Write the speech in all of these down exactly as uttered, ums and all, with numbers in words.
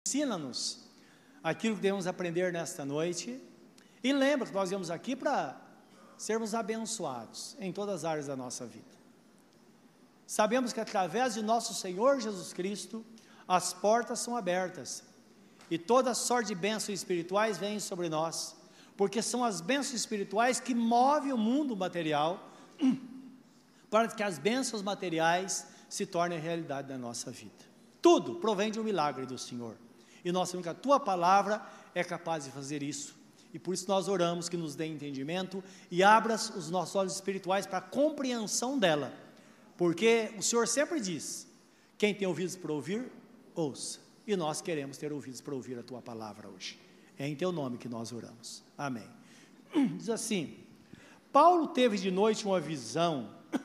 Ensina-nos aquilo que devemos aprender nesta noite, e lembra que nós viemos aqui para sermos abençoados em todas as áreas da nossa vida. Sabemos que através de nosso Senhor Jesus Cristo, as portas são abertas, e toda sorte de bênçãos espirituais vem sobre nós, porque são as bênçãos espirituais que movem o mundo material, para que as bênçãos materiais se tornem realidade na nossa vida. Tudo provém de um milagre do Senhor, e nós sabemos que a Tua Palavra é capaz de fazer isso, e por isso nós oramos que nos dê entendimento, e abra os nossos olhos espirituais para a compreensão dela, porque o Senhor sempre diz, quem tem ouvidos para ouvir, ouça, e nós queremos ter ouvidos para ouvir a Tua Palavra hoje, é em Teu nome que nós oramos, amém. Diz assim, Paulo teve de noite uma visão,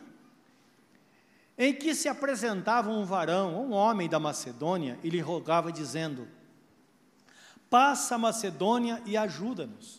em que se apresentava um varão, um homem da Macedônia, e lhe rogava dizendo, passa a Macedônia e ajuda-nos.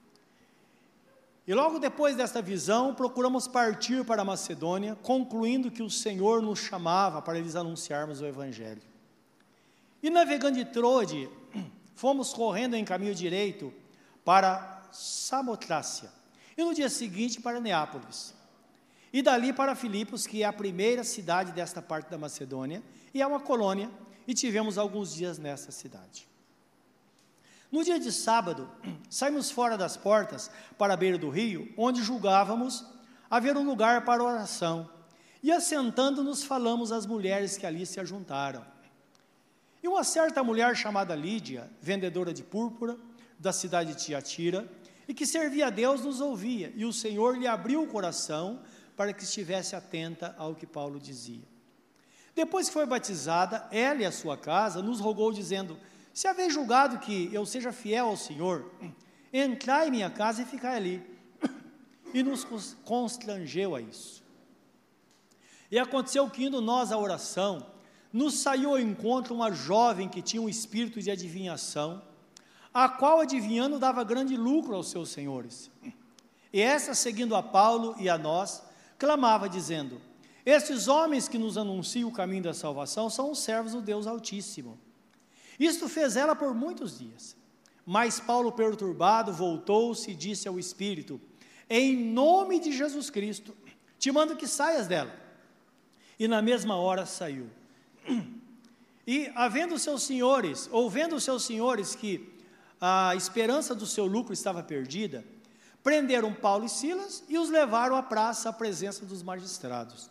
E logo depois desta visão, procuramos partir para a Macedônia, concluindo que o Senhor nos chamava para lhes anunciarmos o Evangelho. E navegando de Troade, fomos correndo em caminho direito para Samotrácia, e no dia seguinte para Neápolis. E dali para Filipos, que é a primeira cidade desta parte da Macedônia, e é uma colônia, e tivemos alguns dias nessa cidade. No dia de sábado, saímos fora das portas, para a beira do rio, onde julgávamos haver um lugar para oração, e assentando-nos falamos às mulheres que ali se ajuntaram. E uma certa mulher chamada Lídia, vendedora de púrpura, da cidade de Tiatira, e que servia a Deus, nos ouvia, e o Senhor lhe abriu o coração, para que estivesse atenta ao que Paulo dizia. Depois que foi batizada, ela e a sua casa nos rogou dizendo, se haver julgado que eu seja fiel ao Senhor, entrai em minha casa e ficai ali. E nos constrangeu a isso. E aconteceu que, indo nós à oração, nos saiu ao encontro uma jovem que tinha um espírito de adivinhação, a qual adivinhando dava grande lucro aos seus senhores. E essa, seguindo a Paulo e a nós, clamava dizendo, estes homens que nos anunciam o caminho da salvação são os servos do Deus Altíssimo. Isto fez ela por muitos dias. Mas Paulo, perturbado, voltou-se e disse ao Espírito, em nome de Jesus Cristo, te mando que saias dela. E na mesma hora saiu. E havendo seus senhores, ou vendo seus senhores que a esperança do seu lucro estava perdida, prenderam Paulo e Silas e os levaram à praça à presença dos magistrados.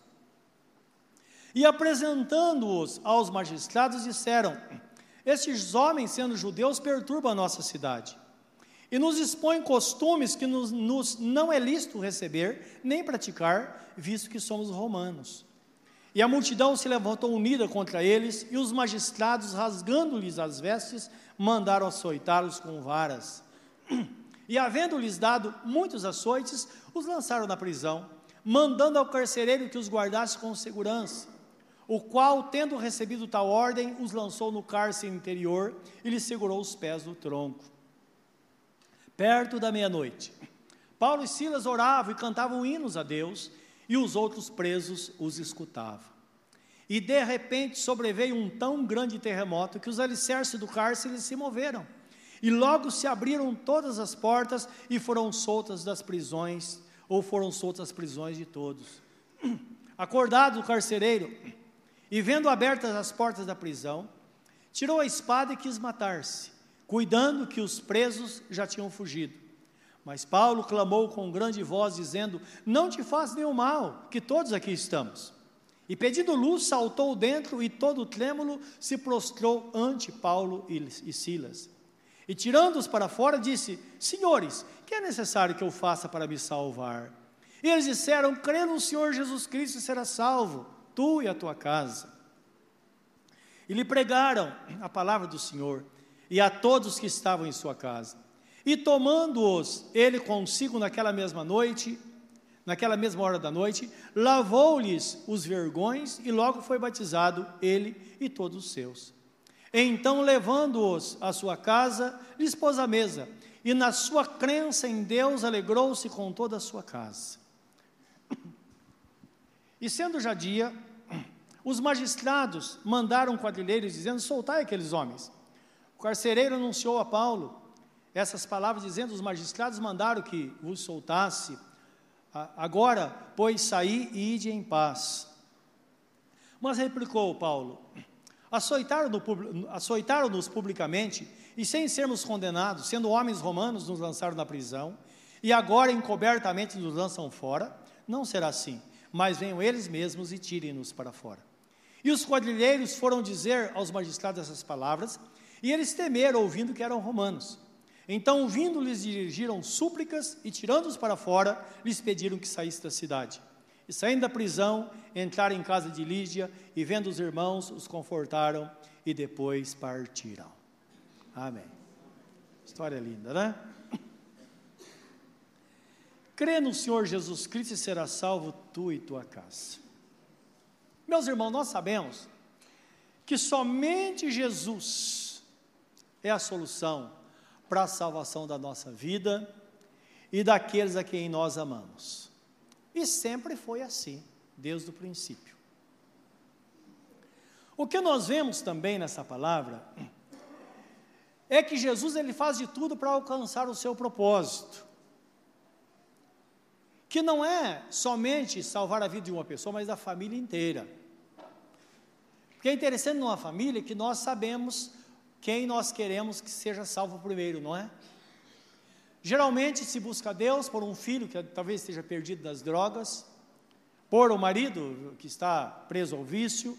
E apresentando-os aos magistrados, disseram, estes homens, sendo judeus, perturbam a nossa cidade, e nos expõem costumes que nos, nos não é lícito receber, nem praticar, visto que somos romanos. E a multidão se levantou unida contra eles, e os magistrados, rasgando-lhes as vestes, mandaram açoitá-los com varas. E havendo-lhes dado muitos açoites, os lançaram na prisão, mandando ao carcereiro que os guardasse com segurança, o qual, tendo recebido tal ordem, os lançou no cárcere interior e lhes segurou os pés no tronco. Perto da meia-noite, Paulo e Silas oravam e cantavam hinos a Deus, e os outros presos os escutavam. E de repente sobreveio um tão grande terremoto que os alicerces do cárcere se moveram. E logo se abriram todas as portas e foram soltas das prisões, ou foram soltas as prisões de todos. Acordado o carcereiro, e vendo abertas as portas da prisão, tirou a espada e quis matar-se, cuidando que os presos já tinham fugido. Mas Paulo clamou com grande voz, dizendo, não te faz nenhum mal, que todos aqui estamos. E pedindo luz, saltou dentro, e todo trêmulo se prostrou ante Paulo e Silas. E tirando-os para fora, disse, senhores, que é necessário que eu faça para me salvar? E eles disseram, crê no Senhor Jesus Cristo e serás salvo, tu e a tua casa. E lhe pregaram a palavra do Senhor, e a todos que estavam em sua casa. E tomando-os ele consigo naquela mesma noite, naquela mesma hora da noite, lavou-lhes os vergões, e logo foi batizado ele e todos os seus. Então, levando-os à sua casa, lhes pôs a mesa, e na sua crença em Deus, alegrou-se com toda a sua casa. E sendo já dia, os magistrados mandaram quadrilheiros, dizendo, soltai aqueles homens, carcereiro anunciou a Paulo essas palavras, dizendo: os magistrados mandaram que vos soltasse, agora, pois, saí e ide em paz. Mas replicou Paulo: açoitaram-nos publicamente, e sem sermos condenados, sendo homens romanos, nos lançaram na prisão, e agora encobertamente nos lançam fora. Não será assim, mas venham eles mesmos e tirem-nos para fora. E os quadrilheiros foram dizer aos magistrados essas palavras, e eles temeram, ouvindo que eram romanos. Então, vindo, lhes dirigiram súplicas, e tirando-os para fora, lhes pediram que saísse da cidade. E saindo da prisão, entraram em casa de Lídia, e vendo os irmãos, os confortaram, e depois partiram. Amém. História linda, né? Crê no Senhor Jesus Cristo e serás salvo tu e tua casa. Meus irmãos, nós sabemos que somente Jesus é a solução para a salvação da nossa vida e daqueles a quem nós amamos. E sempre foi assim, desde o princípio. O que nós vemos também nessa palavra é que Jesus ele faz de tudo para alcançar o seu propósito, que não é somente salvar a vida de uma pessoa, mas da família inteira. Porque é interessante numa família que nós sabemos quem nós queremos que seja salvo primeiro, não é? Geralmente se busca Deus por um filho que talvez esteja perdido nas drogas, por um marido que está preso ao vício.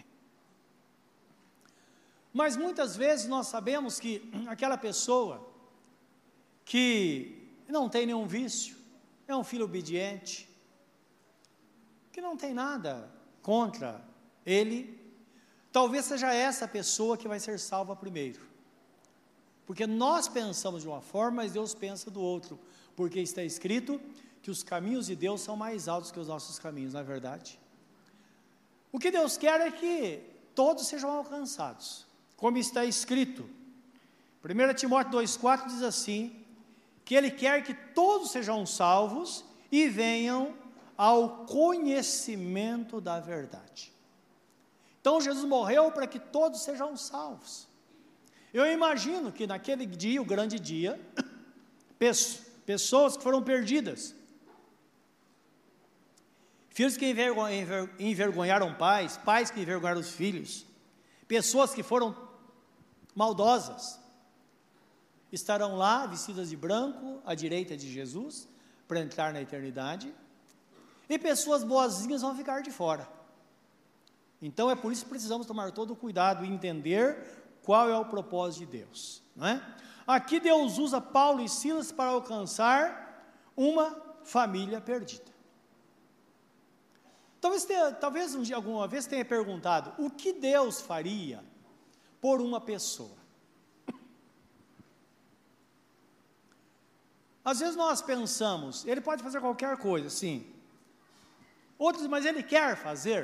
Mas muitas vezes nós sabemos que aquela pessoa que não tem nenhum vício, é um filho obediente, que não tem nada contra ele, talvez seja essa pessoa que vai ser salva primeiro. Porque nós pensamos de uma forma, mas Deus pensa do outro, porque está escrito que os caminhos de Deus são mais altos que os nossos caminhos, não é verdade? O que Deus quer é que todos sejam alcançados, como está escrito. primeira Timóteo dois, quatro diz assim, que Ele quer que todos sejam salvos e venham ao conhecimento da verdade. Então Jesus morreu para que todos sejam salvos. Eu imagino que naquele dia, o grande dia, pessoas que foram perdidas, filhos que envergonharam pais, pais que envergonharam os filhos, pessoas que foram maldosas, estarão lá vestidas de branco à direita de Jesus para entrar na eternidade, e pessoas boazinhas vão ficar de fora. Então é por isso que precisamos tomar todo o cuidado e entender qual é o propósito de Deus, não é? Aqui Deus usa Paulo e Silas para alcançar uma família perdida. Talvez, tenha, talvez um dia, alguma vez tenha perguntado, o que Deus faria por uma pessoa? Às vezes nós pensamos, ele pode fazer qualquer coisa, sim. Outros, mas ele quer fazer.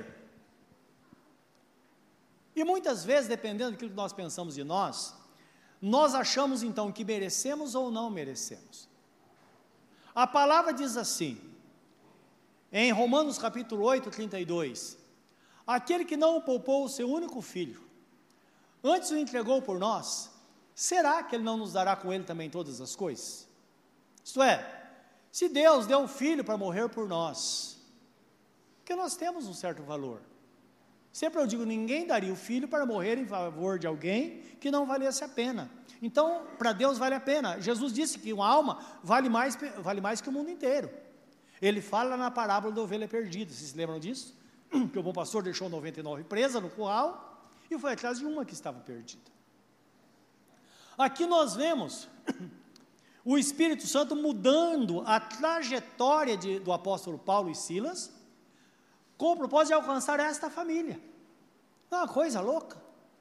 E muitas vezes, dependendo daquilo que nós pensamos de nós, nós achamos então que merecemos ou não merecemos. A palavra diz assim, em Romanos capítulo oito, trinta e dois, aquele que não poupou o seu único filho, antes o entregou por nós, será que ele não nos dará com ele também todas as coisas? Isto é, se Deus deu um filho para morrer por nós, porque nós temos um certo valor. Sempre eu digo, ninguém daria o filho para morrer em favor de alguém que não valesse a pena. Então, para Deus vale a pena. Jesus disse que uma alma vale mais, vale mais que o mundo inteiro. Ele fala na parábola da ovelha perdida, vocês se lembram disso? Que o bom pastor deixou noventa e nove presa no curral e foi atrás de uma que estava perdida. Aqui nós vemos o Espírito Santo mudando a trajetória de, do apóstolo Paulo e Silas, com o propósito de alcançar esta família. É uma coisa louca.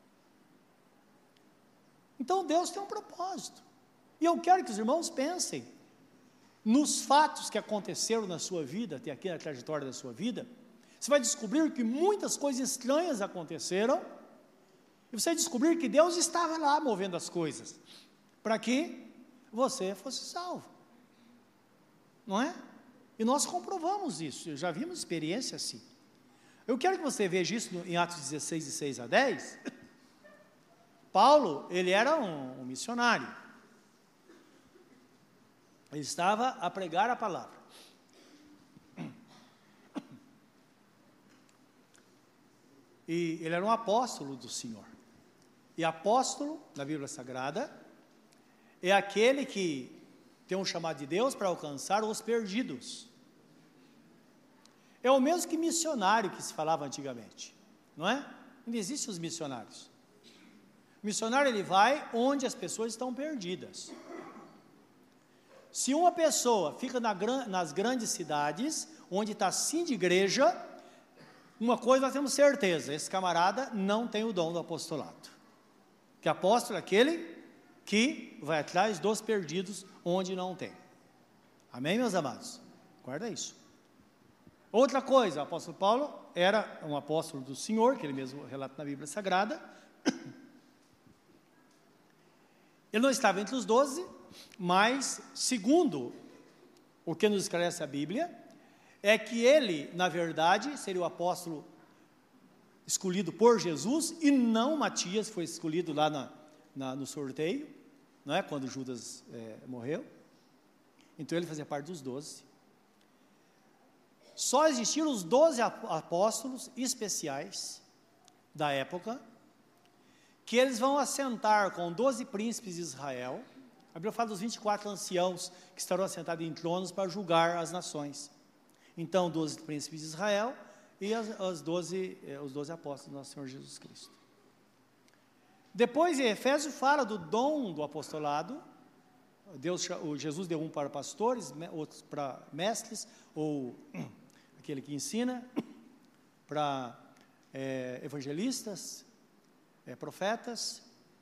Então Deus tem um propósito. E eu quero que os irmãos pensem nos fatos que aconteceram na sua vida, até aqui na trajetória da sua vida. Você vai descobrir que muitas coisas estranhas aconteceram, e você vai descobrir que Deus estava lá movendo as coisas, para que você fosse salvo, não é? E nós comprovamos isso, já vimos experiência assim. Eu quero que você veja isso em Atos dezesseis, de seis a dez. Paulo, ele era um, um missionário. Ele estava a pregar a palavra. E ele era um apóstolo do Senhor. E apóstolo, na Bíblia Sagrada, é aquele que tem um chamado de Deus para alcançar os perdidos. É o mesmo que missionário que se falava antigamente, não é? Não existem os missionários. O missionário, ele vai onde as pessoas estão perdidas. Se uma pessoa fica na, nas grandes cidades, onde está sim de igreja, uma coisa nós temos certeza, esse camarada não tem o dom do apostolado. Que apóstolo é aquele que vai atrás dos perdidos onde não tem. Amém, meus amados? Guarda isso. Outra coisa, o apóstolo Paulo era um apóstolo do Senhor, que ele mesmo relata na Bíblia Sagrada. Ele não estava entre os doze, mas, segundo o que nos esclarece a Bíblia, é que ele, na verdade, seria o apóstolo escolhido por Jesus, e não Matias, foi escolhido lá na, na, no sorteio, não é? Quando Judas é, morreu. Então ele fazia parte dos doze. Só existiram os doze apóstolos especiais da época, que eles vão assentar com doze príncipes de Israel. A Bíblia fala dos vinte e quatro anciãos que estarão assentados em tronos para julgar as nações. Então, doze príncipes de Israel e as, as doze, eh, os doze apóstolos do nosso Senhor Jesus Cristo. Depois, em Efésios, fala do dom do apostolado. Deus, o Jesus deu um para pastores, outros para mestres, ou aquele que ensina, para é, evangelistas, é, profetas.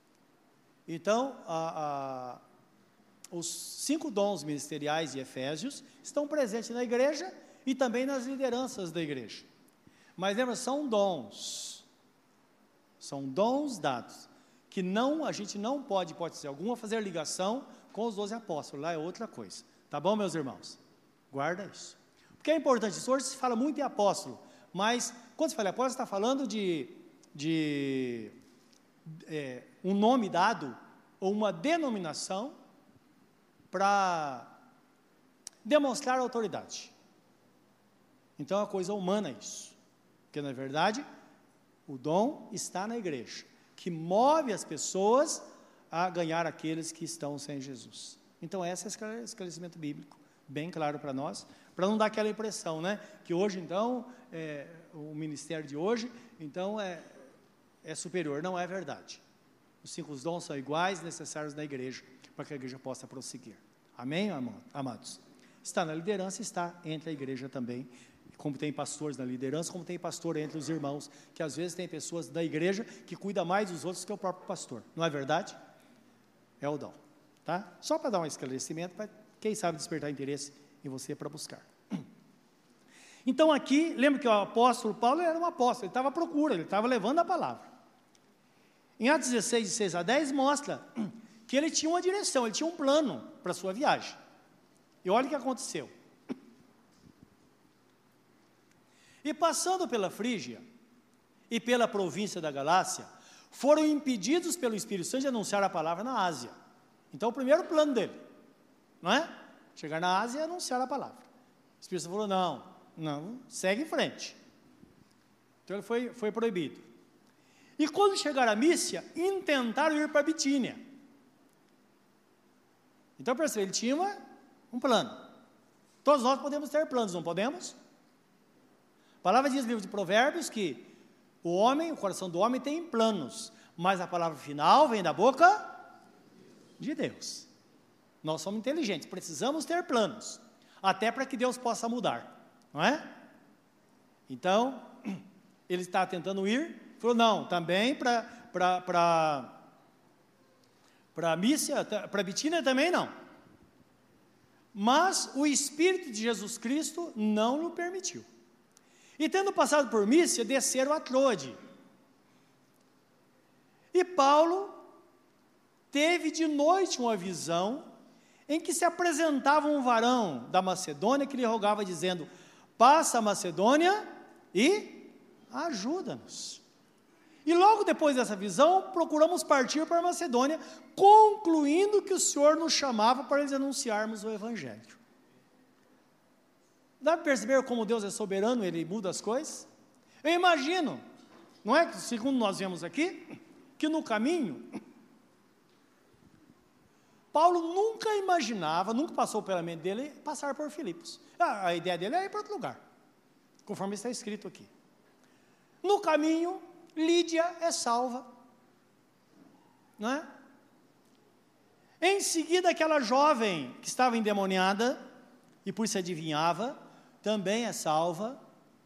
Então, a, a, os cinco dons ministeriais de Efésios estão presentes na igreja e também nas lideranças da igreja. Mas lembra, são dons, são dons dados, que não, a gente não pode, hipótese alguma, fazer ligação com os doze apóstolos, lá é outra coisa. Tá bom, meus irmãos? Guarda isso. Porque é importante, isso hoje se fala muito em apóstolo, mas quando se fala em apóstolo, você está falando de, de é, um nome dado, ou uma denominação, para demonstrar autoridade. Então é uma coisa humana isso, porque na verdade, o dom está na igreja, que move as pessoas a ganhar aqueles que estão sem Jesus. Então esse é o esclarecimento bíblico, bem claro para nós, para não dar aquela impressão, né, que hoje então, é, o ministério de hoje, então é, é superior. Não é verdade. Os cinco dons são iguais, necessários na igreja, para que a igreja possa prosseguir. Amém, amados? Está na liderança, está entre a igreja também, como tem pastores na liderança, como tem pastor entre os irmãos, que às vezes tem pessoas da igreja que cuidam mais dos outros que o próprio pastor. Não é verdade? É o dom, tá? Só para dar um esclarecimento, para quem sabe despertar interesse em você para buscar. Então aqui, lembra que o apóstolo Paulo era um apóstolo, ele estava à procura, ele estava levando a palavra. Em Atos dezesseis, de seis a dez, mostra que ele tinha uma direção, ele tinha um plano para a sua viagem. E olha o que aconteceu. E passando pela Frígia e pela província da Galácia, foram impedidos pelo Espírito Santo de anunciar a palavra na Ásia. Então, o primeiro plano dele, não é? Chegar na Ásia e anunciar a palavra. O Espírito Santo falou, não, não, segue em frente. Então, ele foi, foi proibido. E quando chegaram a Mísia, intentaram ir para a Bitínia. Então, percebe, ele tinha uma, um plano. Todos nós podemos ter planos, não podemos? A palavra diz no livro de Provérbios que o homem, o coração do homem tem planos, mas a palavra final vem da boca de Deus. Nós somos inteligentes, precisamos ter planos, até para que Deus possa mudar, não é? Então, ele está tentando ir, falou, não, também para para para para Mísia, para Bitínia também não. Mas o Espírito de Jesus Cristo não o permitiu. E tendo passado por Mísia, desceram a Troade. E Paulo teve de noite uma visão em que se apresentava um varão da Macedônia que lhe rogava dizendo, passa a Macedônia e ajuda-nos. E logo depois dessa visão, procuramos partir para a Macedônia, concluindo que o Senhor nos chamava para lhes anunciarmos o Evangelho. Dá para perceber como Deus é soberano, Ele muda as coisas? Eu imagino, não é? Segundo nós vemos aqui, que no caminho, Paulo nunca imaginava, nunca passou pela mente dele, passar por Filipos. A, a ideia dele é ir para outro lugar, conforme está escrito aqui. No caminho, Lídia é salva, não é? Em seguida, aquela jovem que estava endemoniada, e por isso adivinhava, também é salva,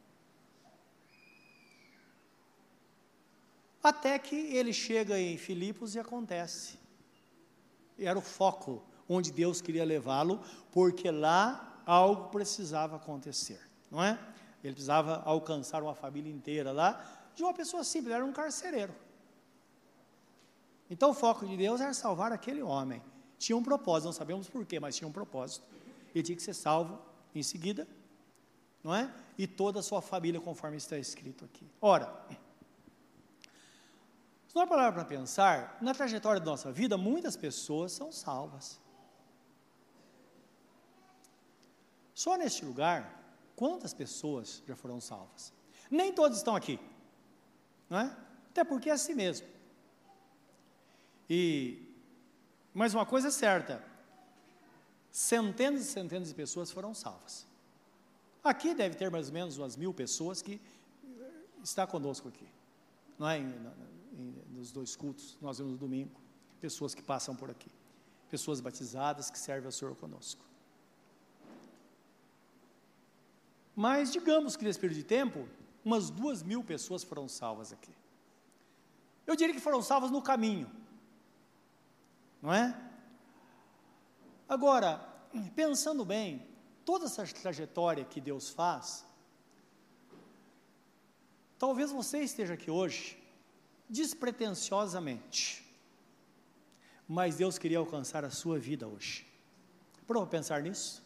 até que ele chega em Filipos e acontece. Era o foco onde Deus queria levá-lo, porque lá algo precisava acontecer, não é? Ele precisava alcançar uma família inteira lá, de uma pessoa simples, era um carcereiro. Então o foco de Deus era salvar aquele homem. Tinha um propósito, não sabemos porquê, mas tinha um propósito. Ele tinha que ser salvo em seguida, não é? E toda a sua família, conforme está escrito aqui. Ora, se nós pararmos para pensar, na trajetória da nossa vida, muitas pessoas são salvas. Só neste lugar, quantas pessoas já foram salvas? Nem todos estão aqui, não é? Até porque é assim mesmo. E, mas uma coisa é certa, centenas e centenas de pessoas foram salvas. Aqui deve ter mais ou menos umas mil pessoas que está conosco aqui, não é? Em, em, nos dois cultos, nós vemos no domingo, pessoas que passam por aqui, pessoas batizadas que servem ao Senhor conosco. Mas digamos que nesse período de tempo, umas duas mil pessoas foram salvas aqui. Eu diria que foram salvas no caminho, não é? Agora, pensando bem, toda essa trajetória que Deus faz, talvez você esteja aqui hoje, despretensiosamente, mas Deus queria alcançar a sua vida hoje. Prova pensar nisso?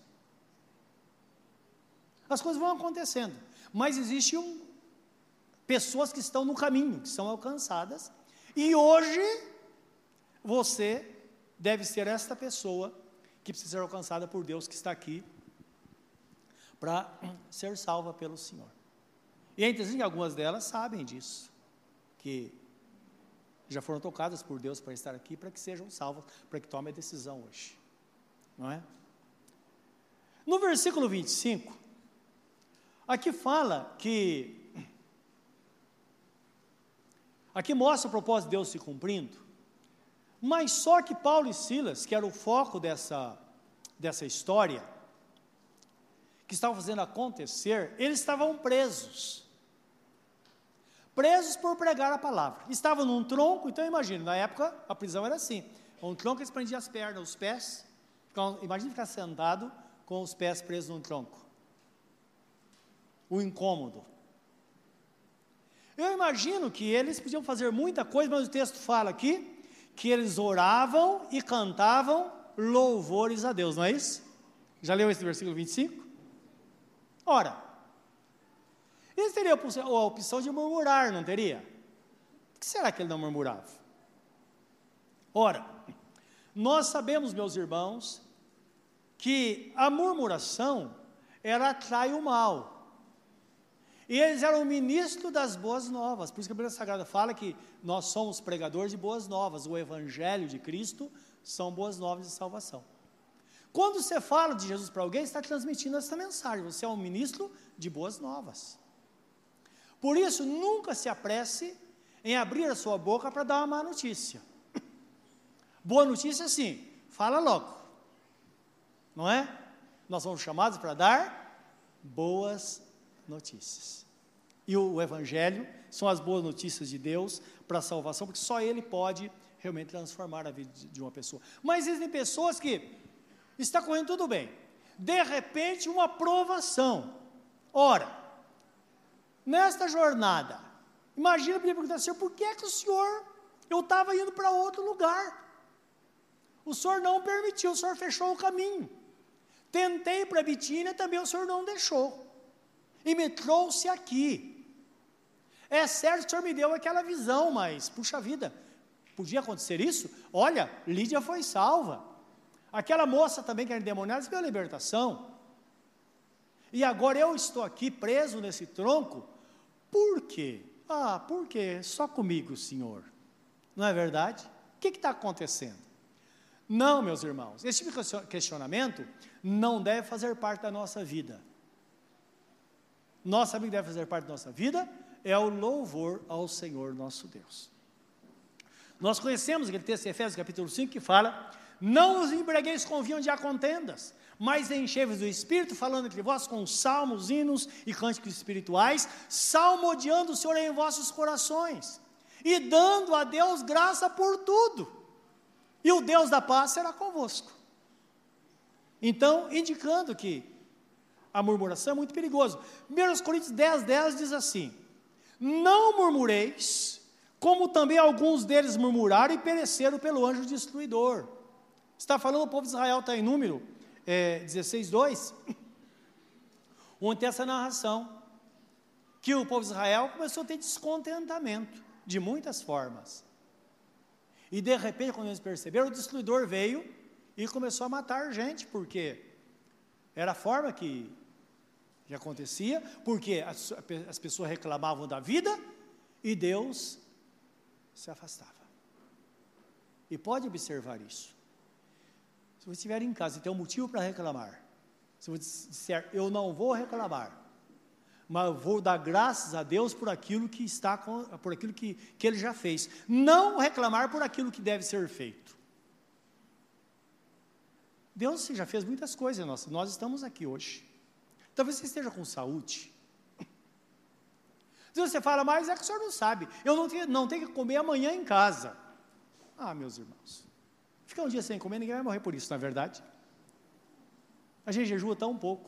As coisas vão acontecendo, mas existem um, pessoas que estão no caminho, que são alcançadas, e hoje você deve ser esta pessoa que precisa ser alcançada por Deus, que está aqui para ser salva pelo Senhor. E é interessante que algumas delas sabem disso, que já foram tocadas por Deus para estar aqui, para que sejam salvas, para que tomem a decisão hoje, não é? No versículo vinte e cinco, aqui fala que, aqui mostra o propósito de Deus se cumprindo, mas só que Paulo e Silas, que era o foco dessa, dessa história, que estavam fazendo acontecer, eles estavam presos, presos por pregar a palavra, estavam num tronco. Então imagine, na época a prisão era assim, um tronco eles prendiam as pernas, os pés, imagine ficar sentado com os pés presos num tronco, o incômodo. Eu imagino que eles podiam fazer muita coisa, mas o texto fala aqui, que eles oravam e cantavam louvores a Deus, não é isso? Já leu esse versículo vinte e cinco? Ora, eles teriam a opção de murmurar, não teria? Por que será que ele não murmurava? Ora, nós sabemos, meus irmãos, que a murmuração, ela atrai o mal. E eles eram ministros das boas novas, por isso que a Bíblia Sagrada fala que nós somos pregadores de boas novas, o Evangelho de Cristo são boas novas de salvação. Quando você fala de Jesus para alguém, você está transmitindo essa mensagem, você é um ministro de boas novas. Por isso, nunca se apresse em abrir a sua boca para dar uma má notícia. Boa notícia sim, fala logo, não é? Nós somos chamados para dar boas notícias. E o, o Evangelho são as boas notícias de Deus para a salvação, porque só Ele pode realmente transformar a vida de, de uma pessoa. Mas existem pessoas que está correndo tudo bem, de repente uma provação. Ora, nesta jornada, imagina para perguntar, Senhor, por que é que o Senhor, eu estava indo para outro lugar, o Senhor não permitiu, o Senhor fechou o caminho, tentei para Bitínia, também o Senhor não deixou, e me trouxe aqui. É certo que o Senhor me deu aquela visão, mas, puxa vida, podia acontecer isso? Olha, Lídia foi salva. Aquela moça também que era endemoniada recebeu a libertação. E agora eu estou aqui preso nesse tronco. Por quê? Ah, por quê? Só comigo, Senhor. Não é verdade? O que está acontecendo? Não, meus irmãos, esse tipo de questionamento não deve fazer parte da nossa vida. Nós sabemos que deve fazer parte da nossa vida é o louvor ao Senhor nosso Deus. Nós conhecemos aquele texto de Efésios capítulo cinco que fala: não os embriagueis com vinho onde há contendas, mas enchei-vos do Espírito, falando entre vós com salmos, hinos e cânticos espirituais, salmodiando o Senhor em vossos corações, e dando a Deus graça por tudo, e o Deus da paz será convosco. Então, indicando que a murmuração é muito perigoso. primeira Coríntios dez, dez diz assim: não murmureis, como também alguns deles murmuraram e pereceram pelo anjo destruidor. Está falando, o povo de Israel está em número é, dezesseis, dois, onde tem essa narração, que o povo de Israel começou a ter descontentamento, de muitas formas. E de repente, quando eles perceberam, o destruidor veio e começou a matar gente, porque era a forma que, que acontecia, porque as, as pessoas reclamavam da vida e Deus se afastava. E pode observar isso. Se você estiver em casa e tem um motivo para reclamar, se você disser, eu não vou reclamar, mas vou dar graças a Deus por aquilo que está, por aquilo que, que Ele já fez. Não reclamar por aquilo que deve ser feito. Deus já fez muitas coisas, nós, nós estamos aqui hoje. Talvez você esteja com saúde. Se você fala, mas é que o senhor não sabe, eu não tenho, não tenho que comer amanhã em casa. Ah, meus irmãos, ficar um dia sem comer, ninguém vai morrer por isso, não é verdade? A gente jejua tão pouco.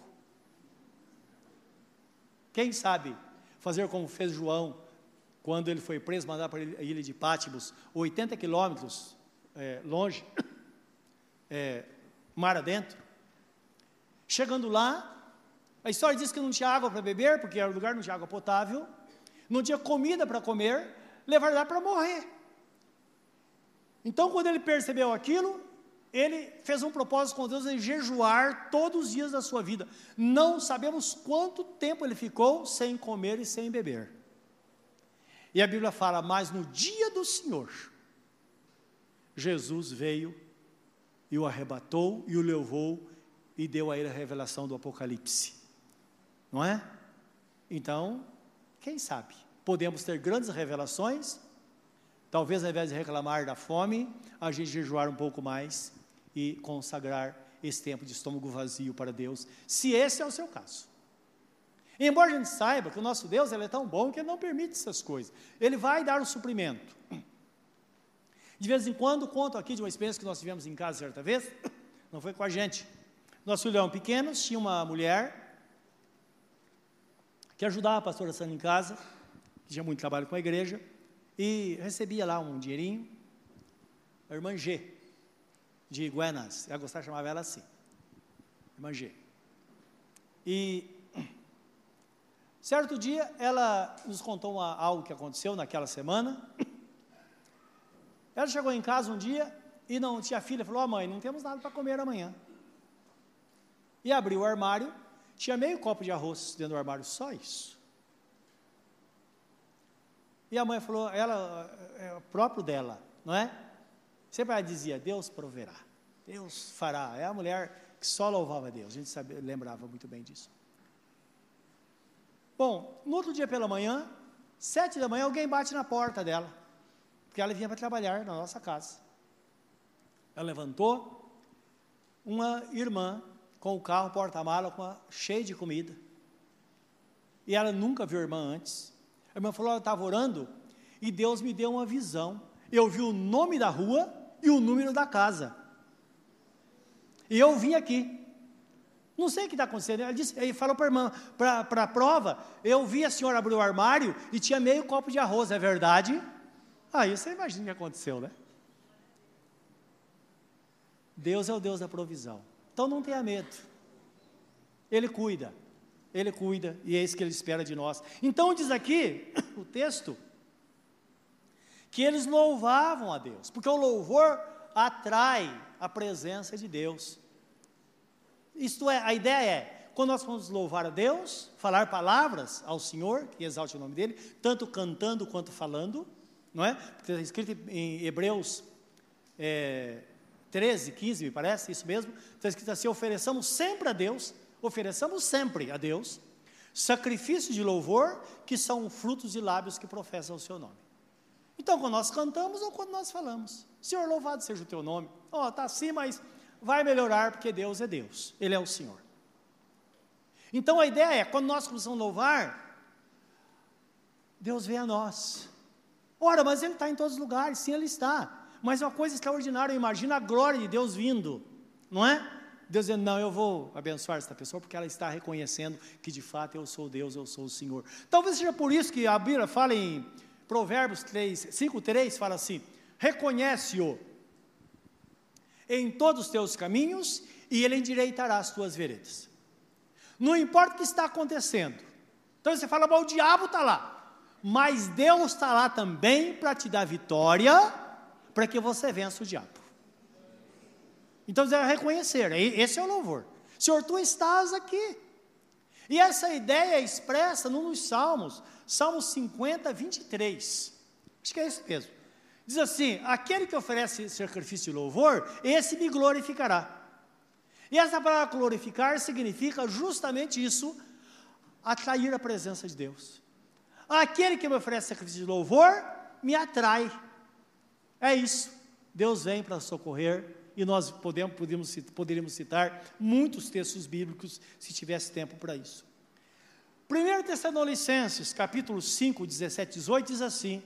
Quem sabe fazer como fez João, quando ele foi preso, mandar para a ilha de Pátimos, oitenta quilômetros é, longe, é, mar adentro. Chegando lá, a história diz que não tinha água para beber, porque era um lugar que não tinha água potável, não tinha comida para comer, levaram lá para morrer. Então, quando ele percebeu aquilo, ele fez um propósito com Deus em jejuar todos os dias da sua vida. Não sabemos quanto tempo ele ficou sem comer e sem beber. E a Bíblia fala, mas no dia do Senhor, Jesus veio e o arrebatou e o levou e deu a ele a revelação do Apocalipse. Não é? Então, quem sabe? Podemos ter grandes revelações, talvez ao invés de reclamar da fome, a gente jejuar um pouco mais e consagrar esse tempo de estômago vazio para Deus, se esse é o seu caso. Embora a gente saiba que o nosso Deus ele é tão bom que Ele não permite essas coisas. Ele vai dar o suprimento. De vez em quando, conto aqui de uma experiência que nós tivemos em casa certa vez, não foi com a gente. Nosso filhão pequeno tinha uma mulher que ajudava a pastora Sandra em casa, que tinha muito trabalho com a igreja, e recebia lá um dinheirinho, a irmã G, de Guenas, ela gostava de chamar ela assim, irmã G. E certo dia, ela nos contou uma, algo que aconteceu naquela semana. Ela chegou em casa um dia e não tinha filha, falou, ó oh, mãe, não temos nada para comer amanhã. E abriu o armário, tinha meio copo de arroz dentro do armário, só isso. E a mãe falou, ela, é o próprio dela, não é? Sempre ela dizia, Deus proverá, Deus fará. É a mulher que só louvava a Deus, a gente sabia, lembrava muito bem disso. Bom, no outro dia pela manhã, sete da manhã, alguém bate na porta dela, porque ela vinha para trabalhar na nossa casa. Ela levantou, uma irmã com o carro porta-mala cheio de comida, e ela nunca viu a irmã antes. A irmã falou, ela estava orando, e Deus me deu uma visão, eu vi o nome da rua e o número da casa, e eu vim aqui. Não sei o que está acontecendo. Ela disse, ele falou para a irmã, para a prova, eu vi a senhora abrir o armário e tinha meio copo de arroz, é verdade? Aí você imagina o que aconteceu, né? Deus é o Deus da provisão. Então não tenha medo. Ele cuida. Ele cuida, e é isso que Ele espera de nós. Então diz aqui, o texto, que eles louvavam a Deus, porque o louvor atrai a presença de Deus. Isto é, a ideia é, quando nós vamos louvar a Deus, falar palavras ao Senhor, que exalte o nome dEle, tanto cantando quanto falando, não é? Porque está escrito em Hebreus é, treze, quinze, me parece, isso mesmo, está escrito assim, ofereçamos sempre a Deus, ofereçamos sempre a Deus, sacrifícios de louvor, que são frutos de lábios que professam o seu nome. Então, quando nós cantamos ou quando nós falamos, Senhor, louvado seja o teu nome, ó, oh, está assim, mas vai melhorar, porque Deus é Deus, Ele é o Senhor. Então, a ideia é, quando nós começamos a louvar, Deus vem a nós. Ora, mas Ele está em todos os lugares, sim, Ele está, mas é uma coisa extraordinária, imagina a glória de Deus vindo, não é? Deus dizendo, não, eu vou abençoar esta pessoa, porque ela está reconhecendo que de fato eu sou Deus, eu sou o Senhor. Talvez seja por isso que a Bíblia fala em Provérbios três, cinco, três, fala assim, reconhece-o em todos os teus caminhos, e Ele endireitará as tuas veredas. Não importa o que está acontecendo. Então você fala, mas o diabo está lá, mas Deus está lá também para te dar vitória, para que você vença o diabo. Então você vai reconhecer, esse é o louvor. Senhor, tu estás aqui. E essa ideia é expressa nos Salmos, Salmos cinquenta, vinte e três. Acho que é isso mesmo. Diz assim, aquele que oferece sacrifício de louvor, esse me glorificará. E essa palavra glorificar significa justamente isso, atrair a presença de Deus. Aquele que me oferece sacrifício de louvor, me atrai. É isso. Deus vem para socorrer, e nós podemos, podemos, poderíamos citar muitos textos bíblicos, se tivesse tempo para isso. primeiro Tessalonicenses, capítulo cinco, dezessete e dezoito, diz assim,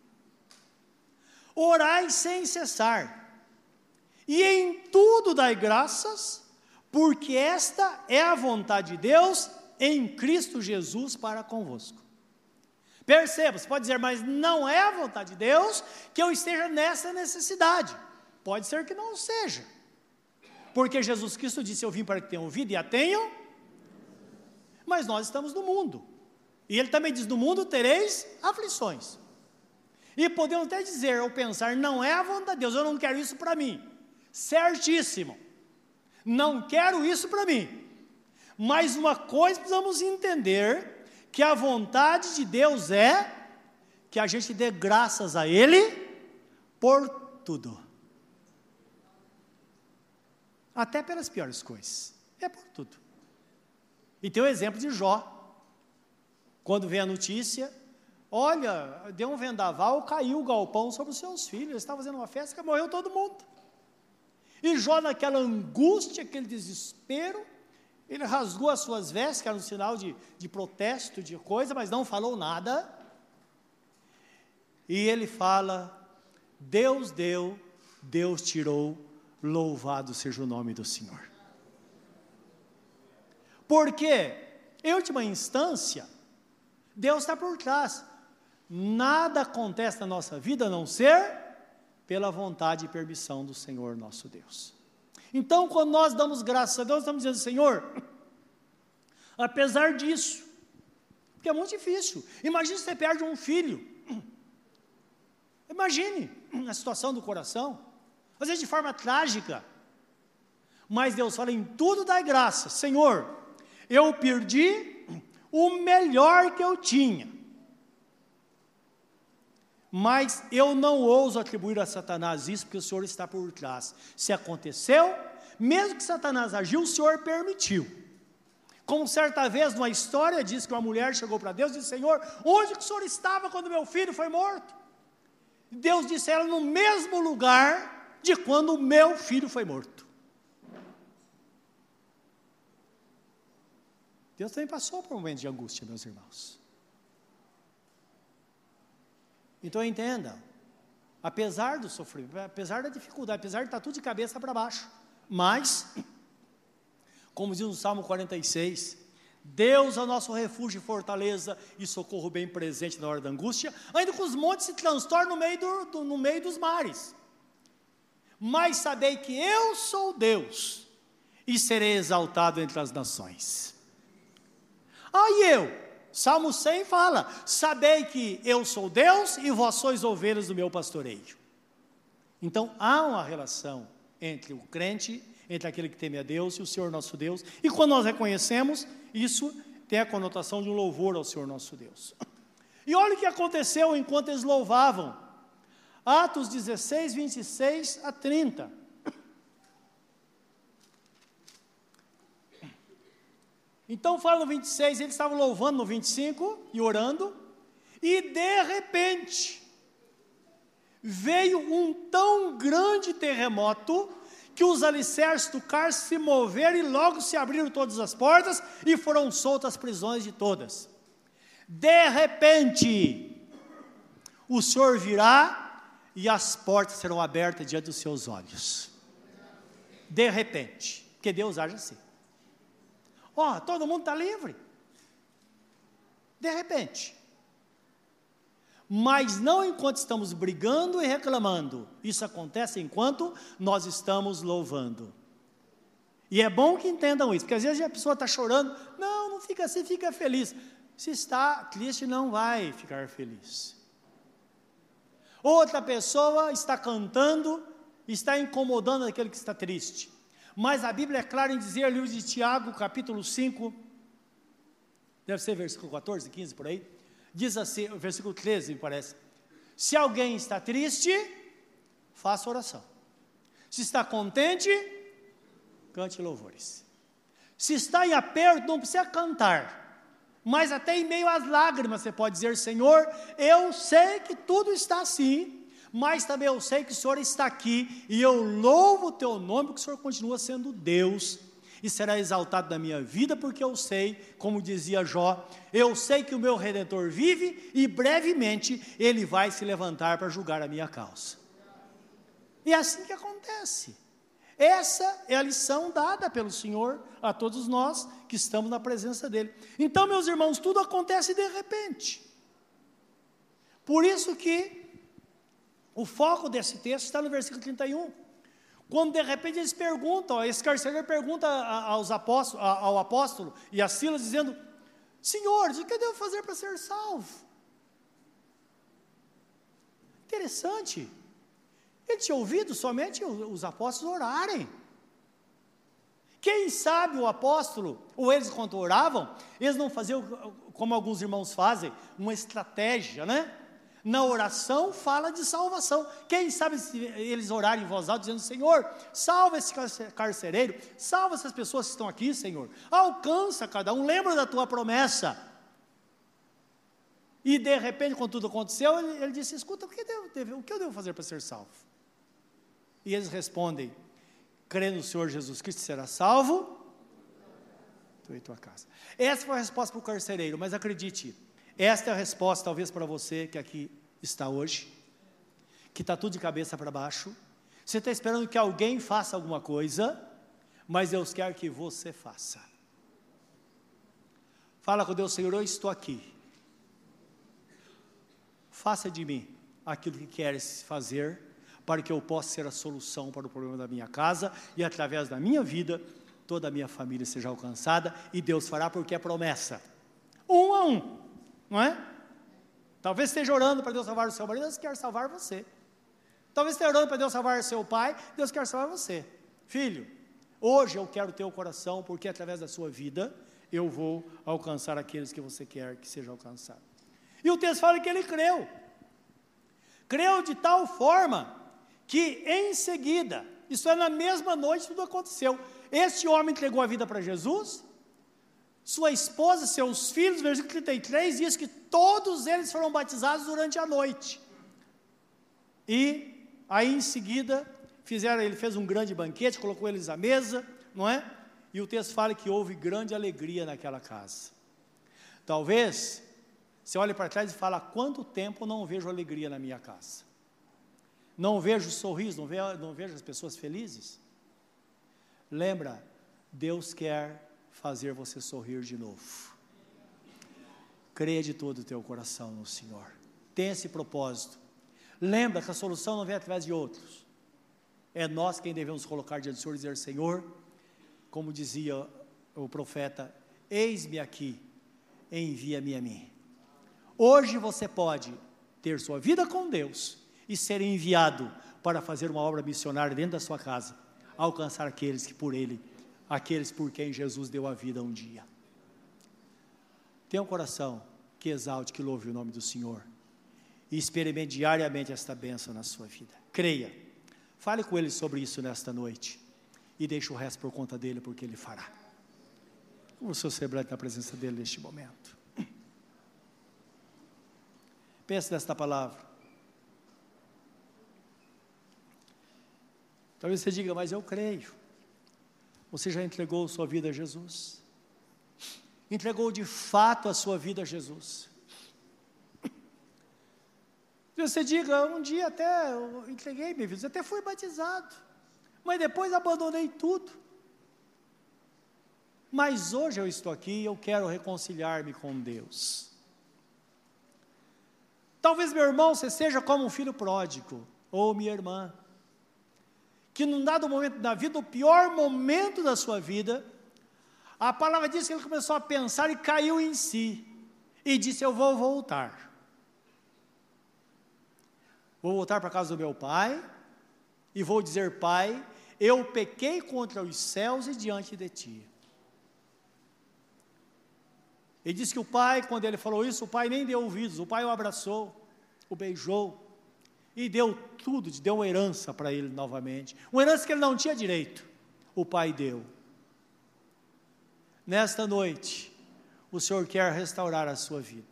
orai sem cessar, e em tudo dai graças, porque esta é a vontade de Deus em Cristo Jesus para convosco. Perceba, você pode dizer, mas não é a vontade de Deus que eu esteja nessa necessidade. Pode ser que não seja, porque Jesus Cristo disse, eu vim para que tenham vida e a tenham, mas nós estamos no mundo, e Ele também diz, no mundo tereis aflições, e podemos até dizer, ou pensar, não é a vontade de Deus, eu não quero isso para mim, certíssimo, não quero isso para mim, mas uma coisa precisamos entender, que a vontade de Deus é, que a gente dê graças a Ele, por tudo, até pelas piores coisas, é por tudo. E tem o exemplo de Jó, quando vem a notícia, olha, deu um vendaval, caiu o galpão sobre os seus filhos, eles estavam fazendo uma festa, que morreu todo mundo. E Jó, naquela angústia, aquele desespero, ele rasgou as suas vestes, que era um sinal de, de protesto, de coisa, mas não falou nada. E ele fala, Deus deu, Deus tirou, louvado seja o nome do Senhor. Porque, em última instância, Deus está por trás. Nada acontece na nossa vida a não ser pela vontade e permissão do Senhor nosso Deus. Então, quando nós damos graças a Deus, estamos dizendo, Senhor, apesar disso, porque é muito difícil, imagine se você perde um filho, imagine a situação do coração, às vezes de forma trágica, mas Deus fala, em tudo dai graça, Senhor, eu perdi o melhor que eu tinha, mas eu não ouso atribuir a Satanás isso, porque o Senhor está por trás. Se aconteceu, mesmo que Satanás agiu, o Senhor permitiu. Como certa vez, numa história, diz que uma mulher chegou para Deus e disse, Senhor, onde que o Senhor estava quando meu filho foi morto? Deus disse a ela, no mesmo lugar de quando o meu filho foi morto. Deus também passou por um momento de angústia, meus irmãos. Então entenda, apesar do sofrimento, apesar da dificuldade, apesar de estar tudo de cabeça para baixo, mas, como diz no Salmo quarenta e seis, Deus é o nosso refúgio e fortaleza e socorro bem presente na hora da angústia, ainda que os montes se transtornem no meio, do, do, no meio dos mares. Mas sabei que eu sou Deus e serei exaltado entre as nações. Aí eu, Salmo cem fala, sabei que eu sou Deus e vós sois ovelhas do meu pastoreio. Então há uma relação entre o crente, entre aquele que teme a Deus e o Senhor nosso Deus, e quando nós reconhecemos, isso tem a conotação de um louvor ao Senhor nosso Deus. E olha o que aconteceu enquanto eles louvavam, Atos dezesseis, vinte e seis a trinta. Então fala no vinte e seis, eles estavam louvando no vinte e cinco e orando, e de repente, veio um tão grande terremoto, que os alicerces do cárcere se moveram e logo se abriram todas as portas e foram soltas as prisões de todas. De repente, o Senhor virá e as portas serão abertas diante dos seus olhos. De repente, porque Deus age assim. Ó, oh, todo mundo está livre. De repente. Mas não enquanto estamos brigando e reclamando. Isso acontece enquanto nós estamos louvando. E é bom que entendam isso, porque às vezes a pessoa está chorando. Não, não fica assim, fica feliz. Se está triste, não vai ficar feliz. Outra pessoa está cantando, está incomodando aquele que está triste. Mas a Bíblia é clara em dizer, livro de Tiago, capítulo cinco, deve ser versículo quatorze, quinze, por aí, diz assim, versículo treze, me parece, se alguém está triste, faça oração. Se está contente, cante louvores. Se está em aperto, não precisa cantar, mas até em meio às lágrimas, você pode dizer, Senhor, eu sei que tudo está assim, mas também eu sei que o Senhor está aqui, e eu louvo o teu nome, porque o Senhor continua sendo Deus, e será exaltado na minha vida, porque eu sei, como dizia Jó, eu sei que o meu Redentor vive, e brevemente ele vai se levantar para julgar a minha causa. E é assim que acontece. Essa é a lição dada pelo Senhor a todos nós que estamos na presença dele. Então, meus irmãos, tudo acontece de repente. Por isso que o foco desse texto está no versículo trinta e um, quando de repente eles perguntam, esse carcereiro pergunta aos apóstolos, ao apóstolo e a Silas, dizendo, senhores, o que eu devo fazer para ser salvo? Interessante, ele tinha ouvido somente os apóstolos orarem. Quem sabe o apóstolo, ou eles quando oravam, eles não faziam, como alguns irmãos fazem, uma estratégia, né? Na oração fala de salvação. Quem sabe se eles orarem em voz alta, dizendo, Senhor, salva esse carcereiro, salva essas pessoas que estão aqui, Senhor, alcança cada um, lembra da tua promessa. E de repente, quando tudo aconteceu, ele, ele disse, escuta, o que, devo, devo, o que eu devo fazer para ser salvo? E eles respondem, crê no Senhor Jesus Cristo, será salvo, tu e tua casa. Essa foi a resposta para o carcereiro, mas acredite, esta é a resposta talvez para você que aqui está hoje, que está tudo de cabeça para baixo, você está esperando que alguém faça alguma coisa, mas Deus quer que você faça. Fala com Deus, Senhor, eu estou aqui, faça de mim aquilo que queres fazer, para que eu possa ser a solução para o problema da minha casa, e através da minha vida, toda a minha família seja alcançada, e Deus fará porque é promessa, um a um, não é? Talvez esteja orando para Deus salvar o seu marido, Deus quer salvar você. Talvez esteja orando para Deus salvar o seu pai, Deus quer salvar você. Filho, hoje eu quero o teu coração, porque através da sua vida, eu vou alcançar aqueles que você quer que seja alcançado. E o texto fala que ele creu. Creu de tal forma, que em seguida, isso é na mesma noite tudo aconteceu. Este homem entregou a vida para Jesus, sua esposa, seus filhos, versículo trinta e três, diz que todos eles foram batizados durante a noite. E aí em seguida, fizeram, ele fez um grande banquete, colocou eles à mesa, não é? E o texto fala que houve grande alegria naquela casa. Talvez, você olhe para trás e fala, há quanto tempo eu não vejo alegria na minha casa? Não vejo sorriso, não vejo, não vejo as pessoas felizes? Lembra, Deus quer fazer você sorrir de novo. Creia de todo o teu coração no Senhor. Tenha esse propósito. Lembra que a solução não vem através de outros. É nós quem devemos colocar diante do Senhor e dizer, Senhor, como dizia o profeta, eis-me aqui, envia-me a mim. Hoje você pode ter sua vida com Deus e ser enviado para fazer uma obra missionária dentro da sua casa, alcançar aqueles que por Ele, aqueles por quem Jesus deu a vida um dia. Tenha um coração que exalte, que louve o nome do Senhor e experimente diariamente esta bênção na sua vida. Creia, fale com Ele sobre isso nesta noite e deixe o resto por conta dEle, porque Ele fará. Vamos celebrar na presença dEle neste momento. Pense nesta palavra. Talvez você diga, mas eu creio. Você já entregou sua vida a Jesus? Entregou de fato a sua vida a Jesus? Você diga, um dia até eu entreguei minha vida, até fui batizado, mas depois abandonei tudo. Mas hoje eu estou aqui e eu quero reconciliar-me com Deus. Talvez, meu irmão, você seja como um filho pródigo, ou minha irmã, que num dado momento da vida, o pior momento da sua vida, a palavra diz que ele começou a pensar e caiu em si, e disse, eu vou voltar. Vou voltar para a casa do meu pai, e vou dizer, pai, eu pequei contra os céus e diante de ti. Ele disse que o pai, quando ele falou isso, o pai nem deu ouvidos, o pai o abraçou, o beijou, e deu tudo, deu uma herança para ele novamente, uma herança que ele não tinha direito, o pai deu. Nesta noite, o Senhor quer restaurar a sua vida,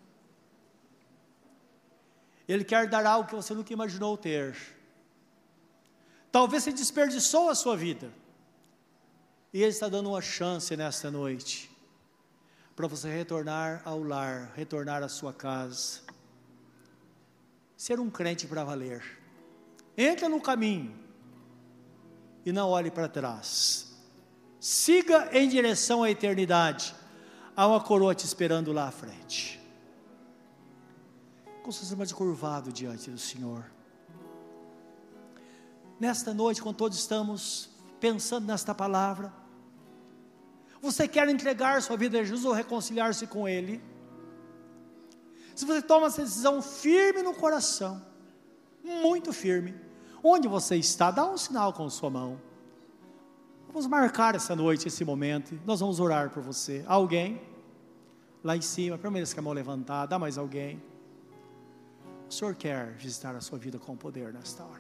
Ele quer dar algo que você nunca imaginou ter. Talvez você desperdiçou a sua vida, e Ele está dando uma chance nesta noite, para você retornar ao lar, retornar à sua casa, ser um crente para valer. Entra no caminho, e não olhe para trás, siga em direção à eternidade, há uma coroa te esperando lá à frente, com seu semblante curvado diante do Senhor. Nesta noite, quando todos estamos pensando nesta palavra, você quer entregar sua vida a Jesus ou reconciliar-se com Ele? Se você toma essa decisão firme no coração, muito firme, onde você está, dá um sinal com sua mão. Vamos marcar essa noite, esse momento, nós vamos orar por você. Alguém? Lá em cima, permaneça com a mão levantada, dá mais alguém? O Senhor quer visitar a sua vida com poder nesta hora.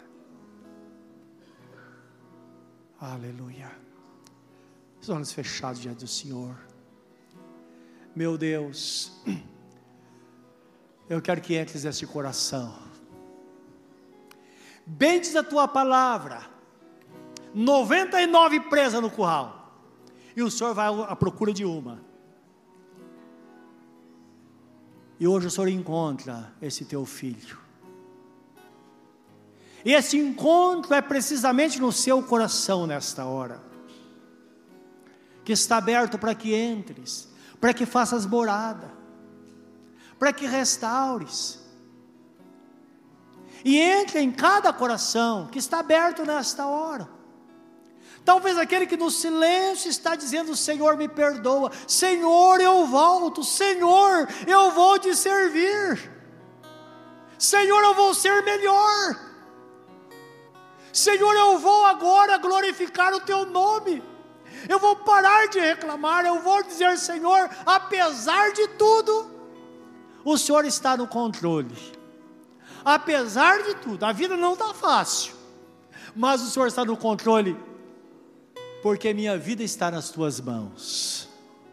Aleluia. Os olhos fechados diante do Senhor. Meu Deus, eu quero que entres neste coração. Bem diz a tua palavra, noventa e nove presas no curral, e o Senhor vai à procura de uma. E hoje o Senhor encontra esse teu filho. E esse encontro é precisamente no seu coração nesta hora, que está aberto para que entres, para que faças morada, para que restaures, e entre em cada coração que está aberto nesta hora. Talvez aquele que no silêncio está dizendo, Senhor me perdoa, Senhor eu volto, Senhor eu vou te servir, Senhor eu vou ser melhor, Senhor eu vou agora glorificar o teu nome, eu vou parar de reclamar, eu vou dizer, Senhor, apesar de tudo, o Senhor está no controle, apesar de tudo, a vida não está fácil, mas o Senhor está no controle, porque minha vida está nas tuas mãos.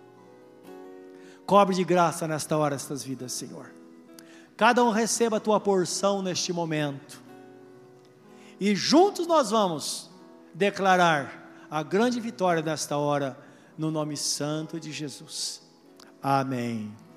Cobre de graça nesta hora estas vidas, Senhor. Cada um receba a tua porção neste momento, e juntos nós vamos declarar a grande vitória nesta hora, no nome santo de Jesus. Amém.